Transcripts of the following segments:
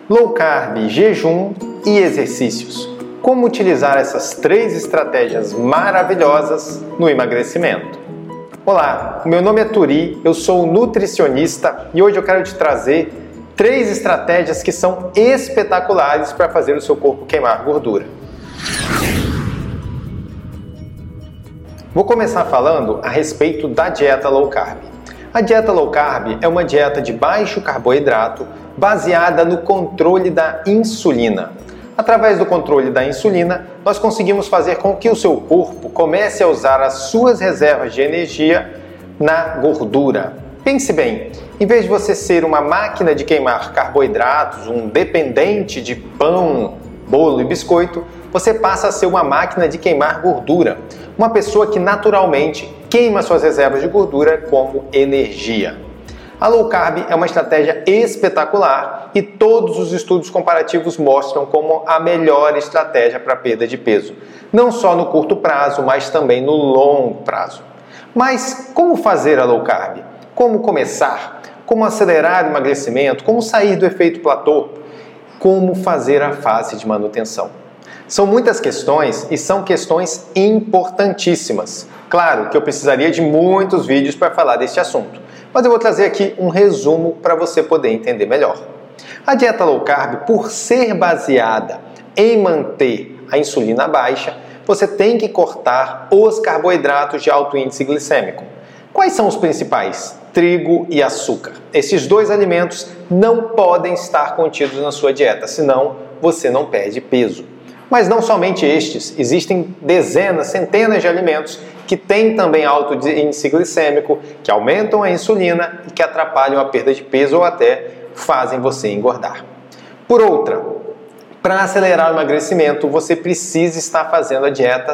Low carb, jejum e exercícios. Como utilizar essas 3 estratégias maravilhosas no emagrecimento? Olá, meu nome é Turi, eu sou nutricionista e hoje eu quero te trazer 3 estratégias que são espetaculares para fazer o seu corpo queimar gordura. Vou começar falando a respeito da dieta low carb. A dieta low carb é uma dieta de baixo carboidrato baseada no controle da insulina. Através do controle da insulina, nós conseguimos fazer com que o seu corpo comece a usar as suas reservas de energia na gordura. Pense bem, em vez de você ser uma máquina de queimar carboidratos, um dependente de pão, bolo e biscoito, você passa a ser uma máquina de queimar gordura. Uma pessoa que naturalmente queima suas reservas de gordura como energia. A low carb é uma estratégia espetacular e todos os estudos comparativos mostram como a melhor estratégia para a perda de peso. Não só no curto prazo, mas também no longo prazo. Mas como fazer a low carb? Como começar? Como acelerar o emagrecimento? Como sair do efeito platô? Como fazer a fase de manutenção? São muitas questões e são questões importantíssimas. Claro que eu precisaria de muitos vídeos para falar deste assunto, mas eu vou trazer aqui um resumo para você poder entender melhor. A dieta low carb, por ser baseada em manter a insulina baixa, você tem que cortar os carboidratos de alto índice glicêmico. Quais são os principais? Trigo e açúcar. Esses 2 alimentos não podem estar contidos na sua dieta, senão você não perde peso. Mas não somente estes, existem dezenas, centenas de alimentos que têm também alto índice glicêmico, que aumentam a insulina e que atrapalham a perda de peso ou até fazem você engordar. Por outra, para acelerar o emagrecimento, você precisa estar fazendo a dieta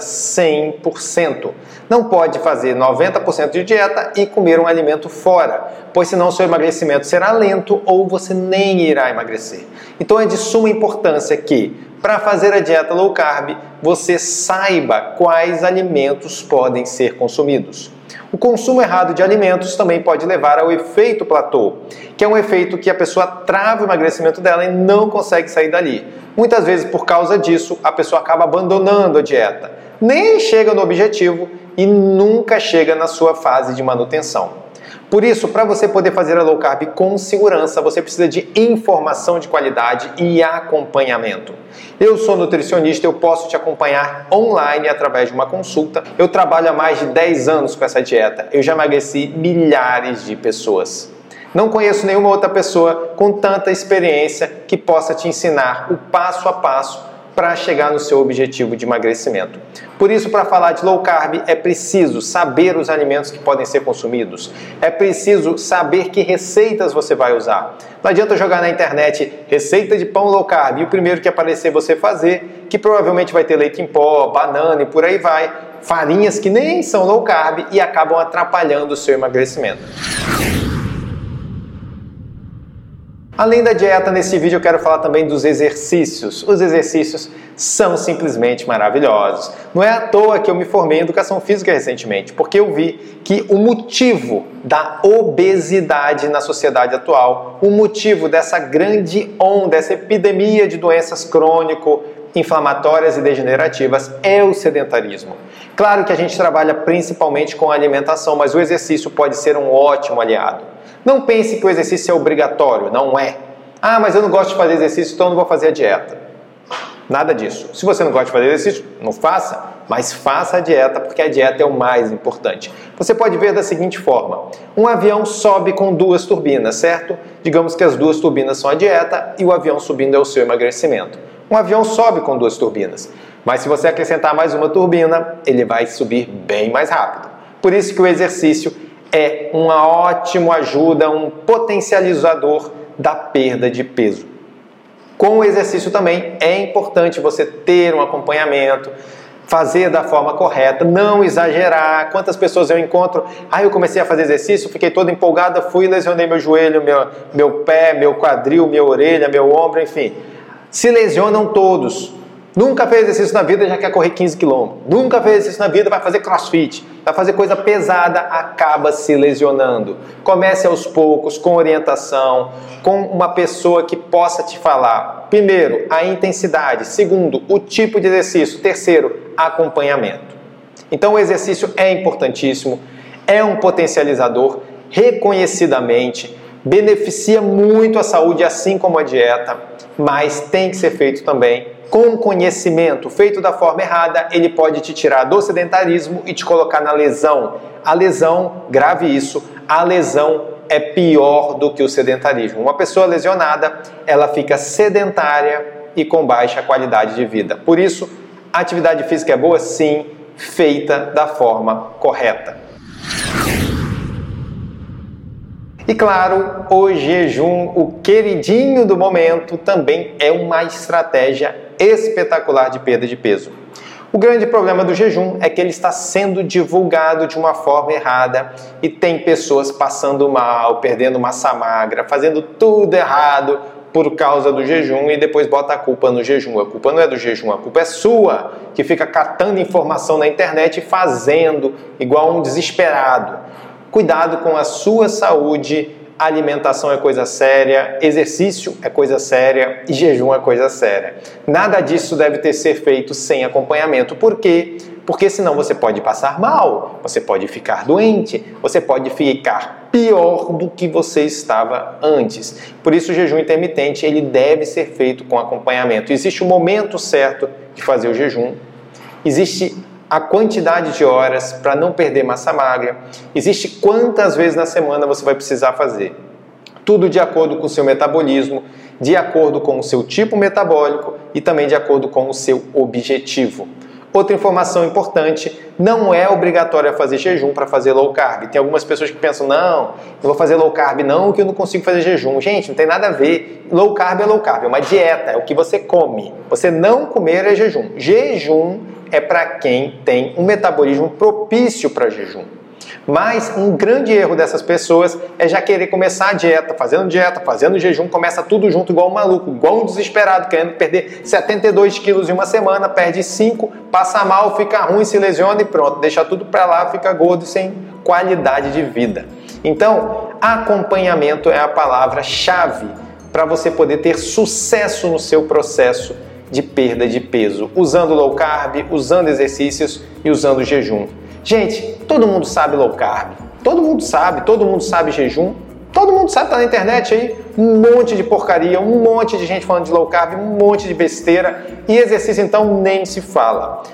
100%. Não pode fazer 90% de dieta e comer um alimento fora, pois senão seu emagrecimento será lento ou você nem irá emagrecer. Então é de suma importância que, para fazer a dieta low carb, você saiba quais alimentos podem ser consumidos. O consumo errado de alimentos também pode levar ao efeito platô, que é um efeito que a pessoa trava o emagrecimento dela e não consegue sair dali. Muitas vezes, por causa disso, a pessoa acaba abandonando a dieta, nem chega no objetivo e nunca chega na sua fase de manutenção. Por isso, para você poder fazer a low carb com segurança, você precisa de informação de qualidade e acompanhamento. Eu sou nutricionista, eu posso te acompanhar online através de uma consulta. Eu trabalho há mais de 10 anos com essa dieta. Eu já emagreci milhares de pessoas. Não conheço nenhuma outra pessoa com tanta experiência que possa te ensinar o passo a passo para chegar no seu objetivo de emagrecimento. Por isso, para falar de low carb, é preciso saber os alimentos que podem ser consumidos. É preciso saber que receitas você vai usar. Não adianta jogar na internet receita de pão low carb e o primeiro que aparecer você fazer, que provavelmente vai ter leite em pó, banana e por aí vai, farinhas que nem são low carb e acabam atrapalhando o seu emagrecimento. Além da dieta, nesse vídeo eu quero falar também dos exercícios. Os exercícios são simplesmente maravilhosos. Não é à toa que eu me formei em Educação Física recentemente, porque eu vi que o motivo da obesidade na sociedade atual, o motivo dessa grande onda, essa epidemia de doenças crônico-inflamatórias e degenerativas é o sedentarismo. Claro que a gente trabalha principalmente com a alimentação, mas o exercício pode ser um ótimo aliado. Não pense que o exercício é obrigatório, não é. Ah, mas eu não gosto de fazer exercício, então eu não vou fazer a dieta. Nada disso. Se você não gosta de fazer exercício, não faça, mas faça a dieta, porque a dieta é o mais importante. Você pode ver da seguinte forma: um avião sobe com 2 turbinas, certo? Digamos que as 2 turbinas são a dieta e o avião subindo é o seu emagrecimento. Um avião sobe com 2 turbinas, mas se você acrescentar mais uma turbina, ele vai subir bem mais rápido. Por isso que o exercício é uma ótima ajuda, um potencializador da perda de peso. Com o exercício também é importante você ter um acompanhamento, fazer da forma correta, não exagerar. Quantas pessoas eu encontro, eu comecei a fazer exercício, fiquei toda empolgada, fui e lesionei meu joelho, meu pé, meu quadril, minha orelha, meu ombro, enfim. Se lesionam todos. Nunca fez exercício na vida, já quer correr 15 km. Nunca fez exercício na vida, vai fazer crossfit. vai fazer coisa pesada, acaba se lesionando. Comece aos poucos, com orientação, com uma pessoa que possa te falar, primeiro, a intensidade, segundo, o tipo de exercício, terceiro, acompanhamento. Então o exercício é importantíssimo, é um potencializador, reconhecidamente, beneficia muito a saúde, assim como a dieta, mas tem que ser feito também com conhecimento. Feito da forma errada, ele pode te tirar do sedentarismo e te colocar na lesão. A lesão, grave isso, a lesão é pior do que o sedentarismo. Uma pessoa lesionada, ela fica sedentária e com baixa qualidade de vida. Por isso, a atividade física é boa, sim, feita da forma correta. E claro, o jejum, o queridinho do momento, também é uma estratégia espetacular de perda de peso. O grande problema do jejum é que ele está sendo divulgado de uma forma errada e tem pessoas passando mal, perdendo massa magra, fazendo tudo errado por causa do jejum e depois bota a culpa no jejum. A culpa não é do jejum, a culpa é sua, que fica catando informação na internet e fazendo igual um desesperado. Cuidado com a sua saúde, alimentação é coisa séria, exercício é coisa séria e jejum é coisa séria. Nada disso deve ter ser feito sem acompanhamento. Por quê? Porque senão você pode passar mal, você pode ficar doente, você pode ficar pior do que você estava antes. Por isso o jejum intermitente ele deve ser feito com acompanhamento. Existe o momento certo de fazer o jejum, existe a quantidade de horas para não perder massa magra, existe quantas vezes na semana você vai precisar fazer. Tudo de acordo com o seu metabolismo, de acordo com o seu tipo metabólico e também de acordo com o seu objetivo. Outra informação importante, não é obrigatório fazer jejum para fazer low carb. Tem algumas pessoas que pensam, não, eu vou fazer low carb não, que eu não consigo fazer jejum. Gente, não tem nada a ver. Low carb, é uma dieta, é o que você come. Você não comer é jejum. Jejum é para quem tem um metabolismo propício para jejum. Mas um grande erro dessas pessoas é já querer começar a dieta, fazendo jejum, começa tudo junto igual um maluco, igual um desesperado, querendo perder 72 quilos em uma semana, perde 5, passa mal, fica ruim, se lesiona e pronto, deixa tudo para lá, fica gordo e sem qualidade de vida. Então, acompanhamento é a palavra-chave para você poder ter sucesso no seu processo de perda de peso, usando low carb, usando exercícios e usando jejum. Gente, todo mundo sabe low carb, todo mundo sabe jejum, todo mundo sabe, tá na internet aí, um monte de porcaria, um monte de gente falando de low carb, um monte de besteira, e exercício então nem se fala.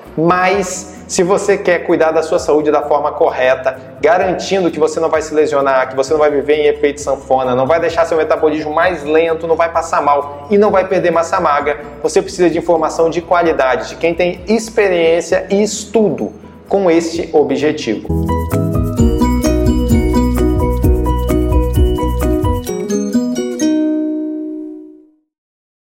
Mas se você quer cuidar da sua saúde da forma correta, garantindo que você não vai se lesionar, que você não vai viver em efeito sanfona, não vai deixar seu metabolismo mais lento, não vai passar mal e não vai perder massa magra, você precisa de informação de qualidade, de quem tem experiência e estudo com este objetivo.